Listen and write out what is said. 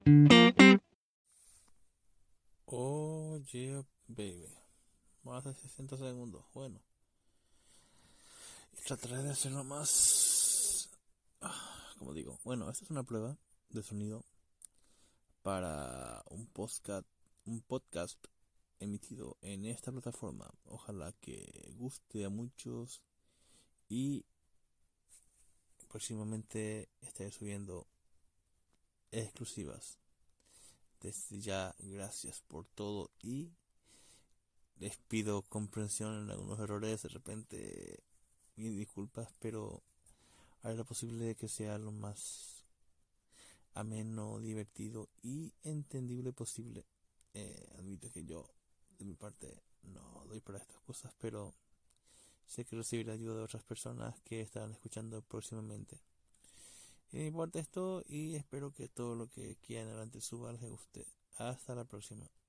Oh, yeah, baby. Más de 60 segundos. Bueno, y trataré de hacerlo más. Como digo, bueno, esta es una prueba de sonido para un podcast emitido en esta plataforma. Ojalá que guste a muchos y próximamente estaré subiendo exclusivas. Desde ya, gracias por todo y les pido comprensión en algunos errores de repente y disculpas, pero haré lo posible de que sea lo más ameno, divertido y entendible posible. Admito que yo, de mi parte, no doy para estas cosas, pero sé que recibiré ayuda de otras personas que estarán escuchando próximamente. Y me importa esto y espero que todo lo que quieran adelante suba les guste. Hasta la próxima.